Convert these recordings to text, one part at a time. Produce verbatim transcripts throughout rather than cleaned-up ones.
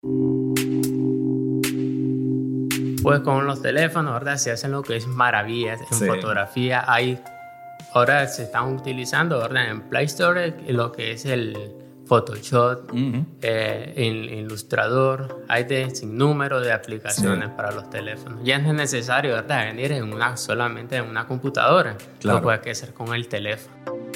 Pues con los teléfonos, ¿verdad? Se hacen lo que es maravillas. En Sí. fotografía hay, ahora se están utilizando, ¿verdad? En Play Store lo que es el Photoshop, Uh-huh. eh, en Illustrator. Hay de sin número de aplicaciones Sí. para los teléfonos. Ya no es necesario, ¿verdad? Venir en una, solamente en una computadora. Claro. Lo puedes hacer con el teléfono.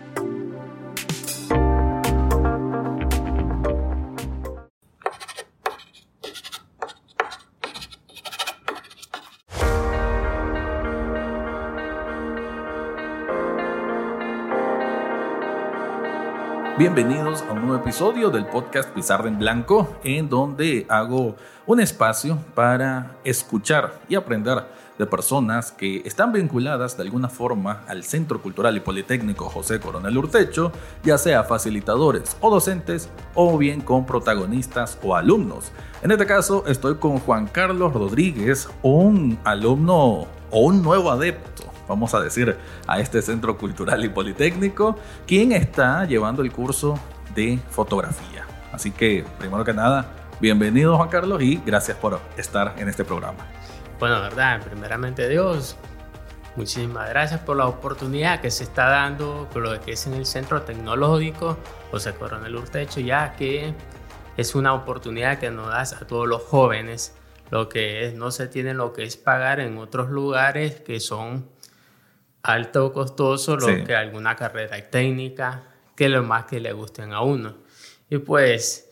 Bienvenidos a un nuevo episodio del podcast Pizarra en Blanco, en donde hago un espacio para escuchar y aprender de personas que están vinculadas de alguna forma al Centro Cultural y Politécnico José Coronel Urtecho, ya sea facilitadores o docentes, o bien con protagonistas o alumnos. En este caso estoy con Juan Carlos Rodríguez, un alumno o un nuevo adepto, vamos a decir, a este Centro Cultural y Politécnico, quien está llevando el curso de fotografía. Así que, primero que nada, bienvenido Juan Carlos y gracias por estar en este programa. Bueno, verdad, primeramente Dios, muchísimas gracias por la oportunidad que se está dando con lo que es en el Centro Tecnológico José Coronel Urtecho, ya que es una oportunidad que nos das a todos los jóvenes, lo que es, no se tiene lo que es pagar en otros lugares que son alto o costoso, lo Sí. que alguna carrera técnica, que lo más que le gusten a uno. Y pues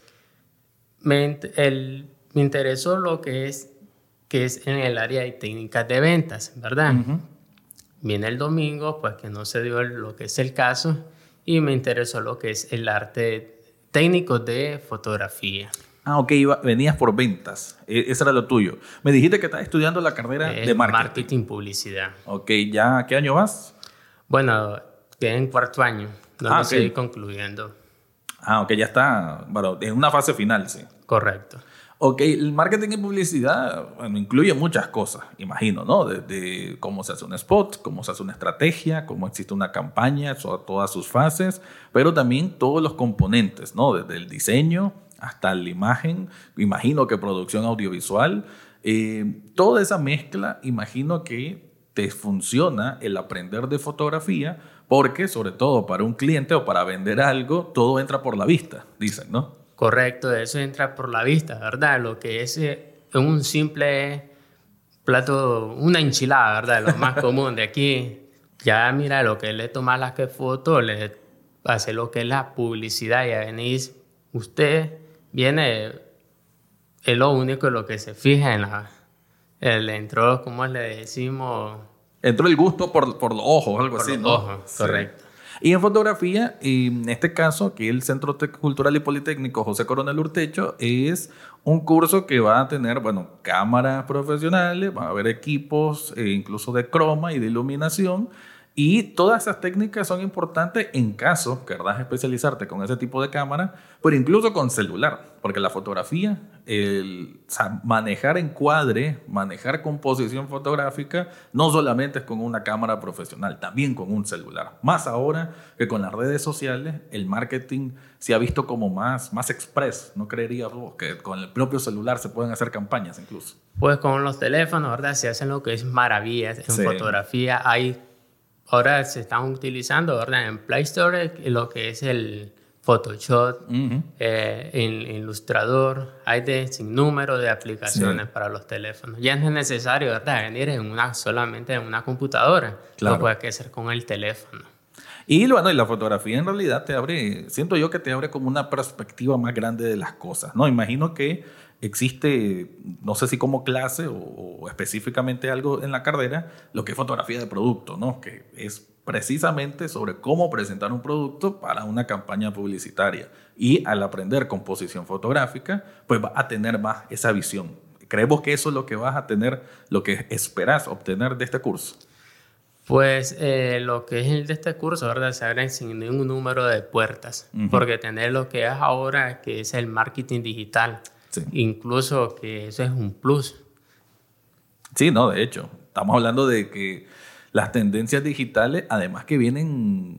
me, el, me interesó lo que es, que es en el área de técnicas de ventas, ¿verdad? Uh-huh. Viene el domingo, pues que no se dio el, lo que es el caso, y me interesó lo que es el arte técnico de fotografía. Ah, ok, iba, venías por ventas, e- eso era lo tuyo. Me dijiste que estás estudiando la carrera Eh, de marketing. marketing, publicidad. Ok, ¿ya qué año vas? Bueno, quedé en cuarto año, no Ah, lo ok. estoy concluyendo. Ah, ok, ya está, bueno, en una fase final, sí. Correcto. Ok, el marketing y publicidad, bueno, incluye muchas cosas, imagino, ¿no? Desde cómo se hace un spot, cómo se hace una estrategia, cómo existe una campaña, so- todas sus fases, pero también todos los componentes, ¿no? Desde el diseño hasta la imagen, imagino que producción audiovisual, eh, toda esa mezcla, imagino que te funciona el aprender de fotografía, porque sobre todo para un cliente o para vender algo, todo entra por la vista, dicen, ¿no? Correcto, eso entra por la vista, ¿verdad? Lo que es eh, un simple plato, una enchilada, ¿verdad? Lo más común de aquí. Ya mira, lo que le tomas las que fotos, le hace lo que es la publicidad. Ya venís, usted viene, es lo único en lo que se fija en la, el entró, ¿cómo le decimos? Entró el gusto por, por los ojos, algo Por así, los ¿no? ojos, Sí. correcto. Y en fotografía, en este caso, que el Centro Tec- Cultural y Politécnico José Coronel Urtecho es un curso que va a tener, bueno, cámaras profesionales, va a haber equipos, eh, incluso de croma y de iluminación, y todas esas técnicas son importantes en caso querrás especializarte con ese tipo de cámara, pero incluso con celular, porque la fotografía, el, o sea, manejar encuadre, manejar composición fotográfica, no solamente es con una cámara profesional, también con un celular. Más ahora que con las redes sociales, el marketing se ha visto como más, más express, ¿no creerías vos? Que con el propio celular se pueden hacer campañas incluso. Pues con los teléfonos, ¿verdad? Se hacen lo que es maravillas. En Sí. fotografía hay, ahora se están utilizando, ¿verdad? En Play Store lo que es el Photoshop, Uh-huh. eh, en Illustrator. Hay de sin número de aplicaciones Sí. para los teléfonos. Ya no es necesario, ¿verdad? Venir en una, solamente en una computadora. Claro. Lo puedes hacer con el teléfono. Y bueno, y la fotografía en realidad te abre, siento yo que te abre como una perspectiva más grande de las cosas, ¿no? Imagino que existe, no sé si como clase o, o específicamente algo en la carrera, lo que es fotografía de producto, ¿no? Que es precisamente sobre cómo presentar un producto para una campaña publicitaria. Y al aprender composición fotográfica, pues vas a tener más esa visión. ¿Creemos que eso es lo que vas a tener, lo que esperas obtener de este curso? Pues eh, lo que es el de este curso, ¿verdad? Se abren sin ningún número de puertas. Uh-huh. Porque tener lo que es ahora, que es el marketing digital, Sí. incluso que eso es un plus. Sí, no, de hecho, estamos hablando de que las tendencias digitales, además que vienen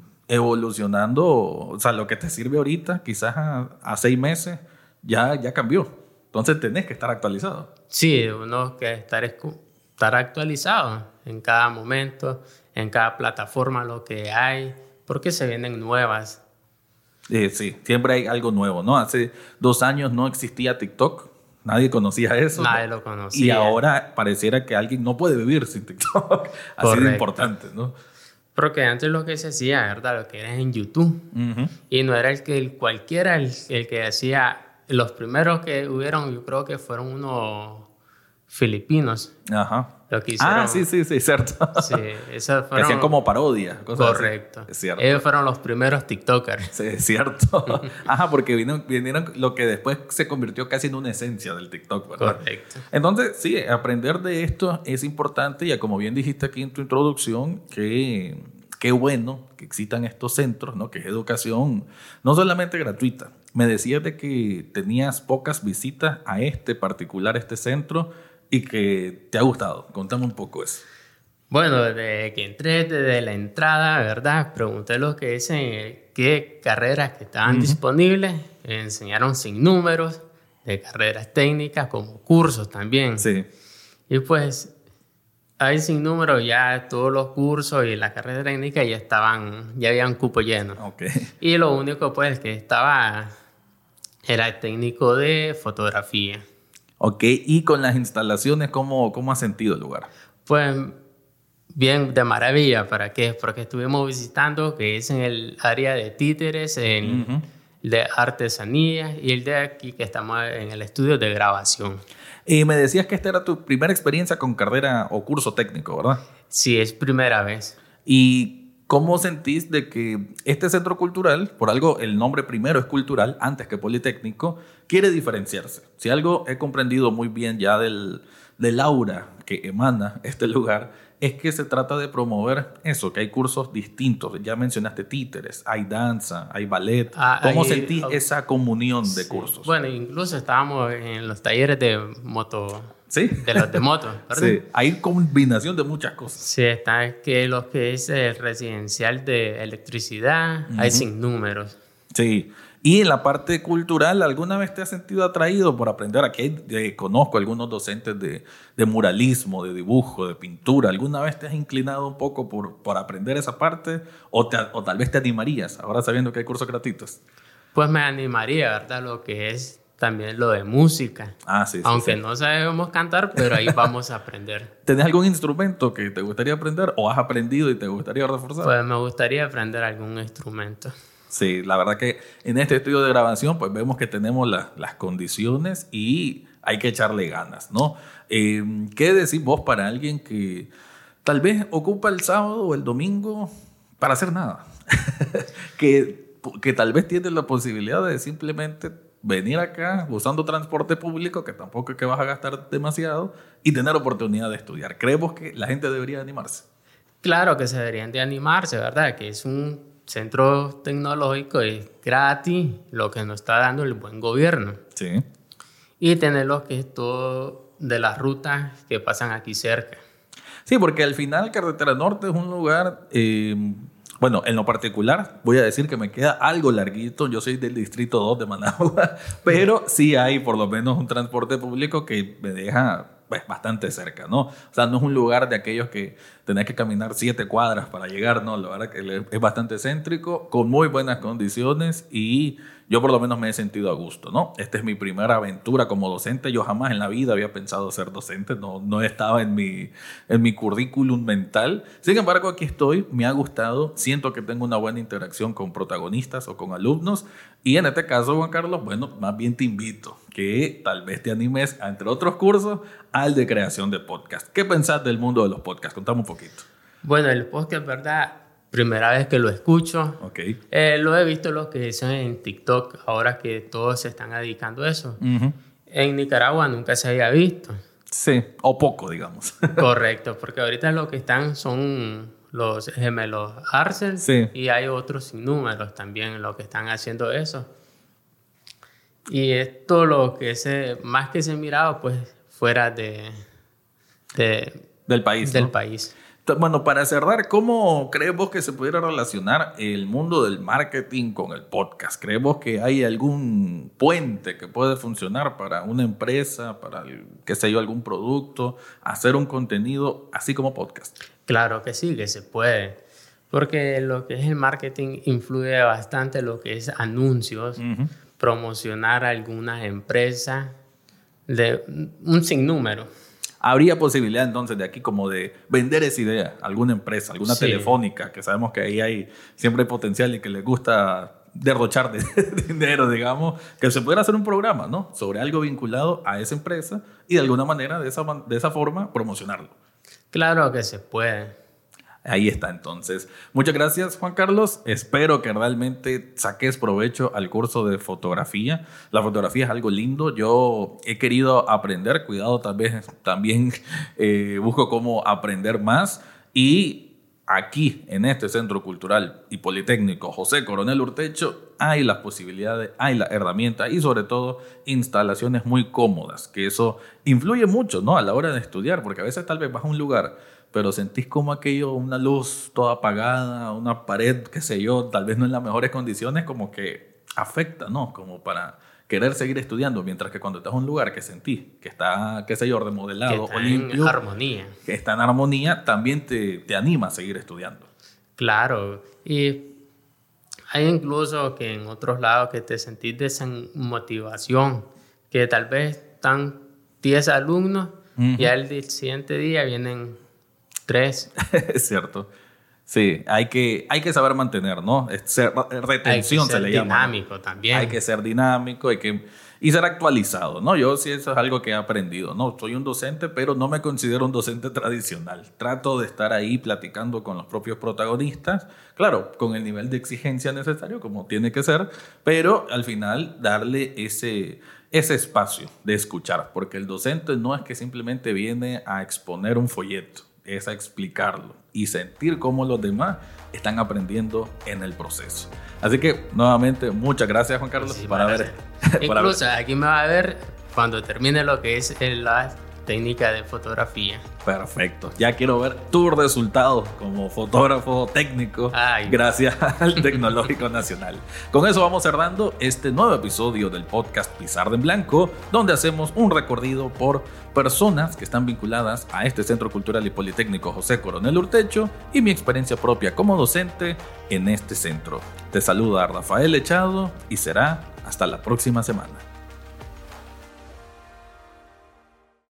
evolucionando, o sea, lo que te sirve ahorita, quizás a, a seis meses, ya, ya cambió. Entonces tenés que estar actualizado. Sí, uno que estar, escu- estar actualizado en cada momento, en cada plataforma, lo que hay, porque se vienen nuevas. Eh, sí, siempre hay algo nuevo, ¿no? Hace dos años no existía TikTok, nadie conocía eso, ¿no? Nadie lo Y conocía. ahora pareciera que alguien no puede vivir sin TikTok. Así de Correcto. importante, ¿no? Porque antes lo que se hacía, ¿verdad? Lo que era en YouTube. Ujú. Y no era el que el, cualquiera el, el que hacía. Los primeros que hubieron, yo creo que fueron unos filipinos. Ajá. Lo que hicieron. Ah, sí, sí, sí, cierto. Sí, esos Que fueron. hacían como parodias, cosas así. Correcto. Es cierto. Ellos fueron los primeros TikTokers. Sí, es cierto. Ajá, porque vino- vinieron lo que después se convirtió casi en una esencia del TikTok, ¿verdad? Correcto. Entonces, sí, aprender de esto es importante y como bien dijiste aquí en tu introducción, que qué bueno que existan estos centros, ¿no? Que es educación no solamente gratuita. Me decías de que tenías pocas visitas a este particular, este centro, y que te ha gustado. Contame un poco eso. Bueno, desde que entré, desde la entrada, ¿verdad? Pregunté lo que dicen, eh, qué carreras que estaban Ujú. disponibles. Me enseñaron sin números de carreras técnicas como cursos también. Sí. Y pues ahí sin números ya todos los cursos y la carrera técnica ya estaban, ya habían cupo lleno. Ok. Y lo único pues que estaba era el técnico de fotografía. Ok, y con las instalaciones, ¿cómo, cómo has sentido el lugar? Pues bien, de maravilla. ¿Para qué? Porque estuvimos visitando, que es en el área de títeres, en Ujú. el de artesanía y el de aquí que estamos en el estudio de grabación. Y me decías que esta era tu primera experiencia con carrera o curso técnico, ¿verdad? Sí, es primera vez. ¿Y cómo sentís de que este centro cultural, por algo el nombre primero es cultural antes que politécnico, quiere diferenciarse? Si algo he comprendido muy bien ya del, del aura que emana este lugar, es que se trata de promover eso, que hay cursos distintos. Ya mencionaste títeres, hay danza, hay ballet. Ah, ¿Cómo ahí- sentís oh, esa comunión de sí. cursos? Bueno, incluso estábamos en los talleres de moto, ¿Sí? de los de moto, ¿verdad? Sí, hay combinación de muchas cosas. Sí, está que lo que es el residencial de electricidad, hay sin números. Sí. Y en la parte cultural, ¿alguna vez te has sentido atraído por aprender? Aquí hay- eh, conozco algunos docentes de, de muralismo, de dibujo, de pintura. ¿Alguna vez te has inclinado un poco por, por aprender esa parte? ¿O, te- o tal vez te animarías, ahora sabiendo que hay cursos gratuitos? Pues me animaría, ¿verdad? Lo que es también lo de música. Ah, sí, sí. Aunque sí. no sabemos cantar, pero ahí vamos a aprender. ¿Tenés algún instrumento que te gustaría aprender o has aprendido y te gustaría reforzar? Pues me gustaría aprender algún instrumento. Sí, la verdad que en este estudio de grabación pues vemos que tenemos la- las condiciones y hay que echarle ganas, ¿no? Eh, ¿Qué decís vos para alguien que tal vez ocupa el sábado o el domingo para hacer nada? que, que tal vez tiene la posibilidad de simplemente venir acá usando transporte público, que tampoco es que vas a gastar demasiado, y tener oportunidad de estudiar. ¿Creemos que la gente debería animarse? Claro que se deberían de animarse, ¿verdad? Que es un centro tecnológico, es gratis, lo que nos está dando el buen gobierno. Sí. Y tener lo que es todo de las rutas que pasan aquí cerca. Sí, porque al final Carretera Norte es un lugar, eh, bueno, en lo particular voy a decir que me queda algo larguito, yo soy del distrito dos de Managua, pero sí hay por lo menos un transporte público que me deja pues, bastante cerca, ¿no? O sea, no es un lugar de aquellos que tenés que caminar siete cuadras para llegar, ¿no? La verdad que es bastante céntrico, con muy buenas condiciones y yo por lo menos me he sentido a gusto, ¿no? Esta es mi primera aventura como docente. Yo jamás en la vida había pensado ser docente, no, no estaba en mi, en mi currículum mental. Sin embargo, aquí estoy, me ha gustado, siento que tengo una buena interacción con protagonistas o con alumnos. Y en este caso, Juan Carlos, bueno, más bien te invito que tal vez te animes, a, entre otros cursos, al de creación de podcast. ¿Qué pensás del mundo de los podcasts? Contame un poquito. Bueno, el podcast, ¿verdad? Primera vez que lo escucho. Ok. Eh, lo he visto lo que dicen en TikTok, ahora que todos se están dedicando a eso. Uh-huh. En Nicaragua nunca se había visto. Sí, o poco, digamos. Correcto, porque ahorita lo que están son los gemelos Arcel Sí. y hay otros sin números también lo que están haciendo eso. Y esto lo que se, más que se miraba pues fuera de, de Del país, del ¿no? país. Bueno, para cerrar, ¿cómo crees vos que se pudiera relacionar el mundo del marketing con el podcast? ¿Crees vos que hay algún puente que puede funcionar para una empresa, para, qué sé yo, algún producto, hacer un contenido así como podcast? Claro que sí, que se puede. Porque lo que es el marketing influye bastante lo que es anuncios, uh-huh. promocionar a algunas empresas de un sinnúmero. ¿Habría posibilidad entonces de aquí como de vender esa idea a alguna empresa, alguna sí. telefónica, que sabemos que ahí hay siempre hay potencial y que les gusta derrochar de, de dinero, digamos, que se pudiera hacer un programa, ¿no?, sobre algo vinculado a esa empresa y de alguna manera, de esa, de esa forma, promocionarlo? Claro que se puede. Ahí está, entonces. Muchas gracias, Juan Carlos. Espero que realmente saques provecho al curso de fotografía. La fotografía es algo lindo. Yo he querido aprender. Cuidado, tal vez también eh, busco cómo aprender más. Y aquí, en este Centro Cultural y Politécnico José Coronel Urtecho, hay las posibilidades, hay las herramientas y sobre todo instalaciones muy cómodas, que eso influye mucho, ¿no?, a la hora de estudiar, porque a veces tal vez vas a un lugar pero sentís como aquello, una luz toda apagada, una pared, qué sé yo, tal vez no en las mejores condiciones, como que afecta, ¿no?, como para querer seguir estudiando, mientras que cuando estás en un lugar que sentís que está, qué sé yo, remodelado o limpio, en armonía, que está en armonía, también te, te anima a seguir estudiando. Claro, y hay incluso que en otros lados que te sentís desmotivación, que tal vez están diez alumnos uh-huh. y al siguiente día vienen tres. Es cierto. Sí, hay que, hay que saber mantener, ¿no? Ser, retención se le llama. Hay que ser dinámico también. Hay que ser dinámico hay que, y ser actualizado, ¿no? Yo sí, eso es algo que he aprendido, ¿no? Soy un docente, pero no me considero un docente tradicional. Trato de estar ahí platicando con los propios protagonistas, claro, con el nivel de exigencia necesario, como tiene que ser, pero al final darle ese, ese espacio de escuchar, porque el docente no es que simplemente viene a exponer un folleto, es a explicarlo y sentir cómo los demás están aprendiendo en el proceso. Así que, nuevamente, muchas gracias, Juan Carlos, sí, para ver. Incluso para ver. Aquí me va a ver cuando termine lo que es la técnica de fotografía. Perfecto. Ya quiero ver tus resultados como fotógrafo técnico. Ay. Gracias al Tecnológico Nacional. Con eso vamos cerrando este nuevo episodio del podcast Pizarra en Blanco, donde hacemos un recorrido por personas que están vinculadas a este Centro Cultural y Politécnico José Coronel Urtecho y mi experiencia propia como docente en este centro. Te saluda Rafael Echado y será hasta la próxima semana.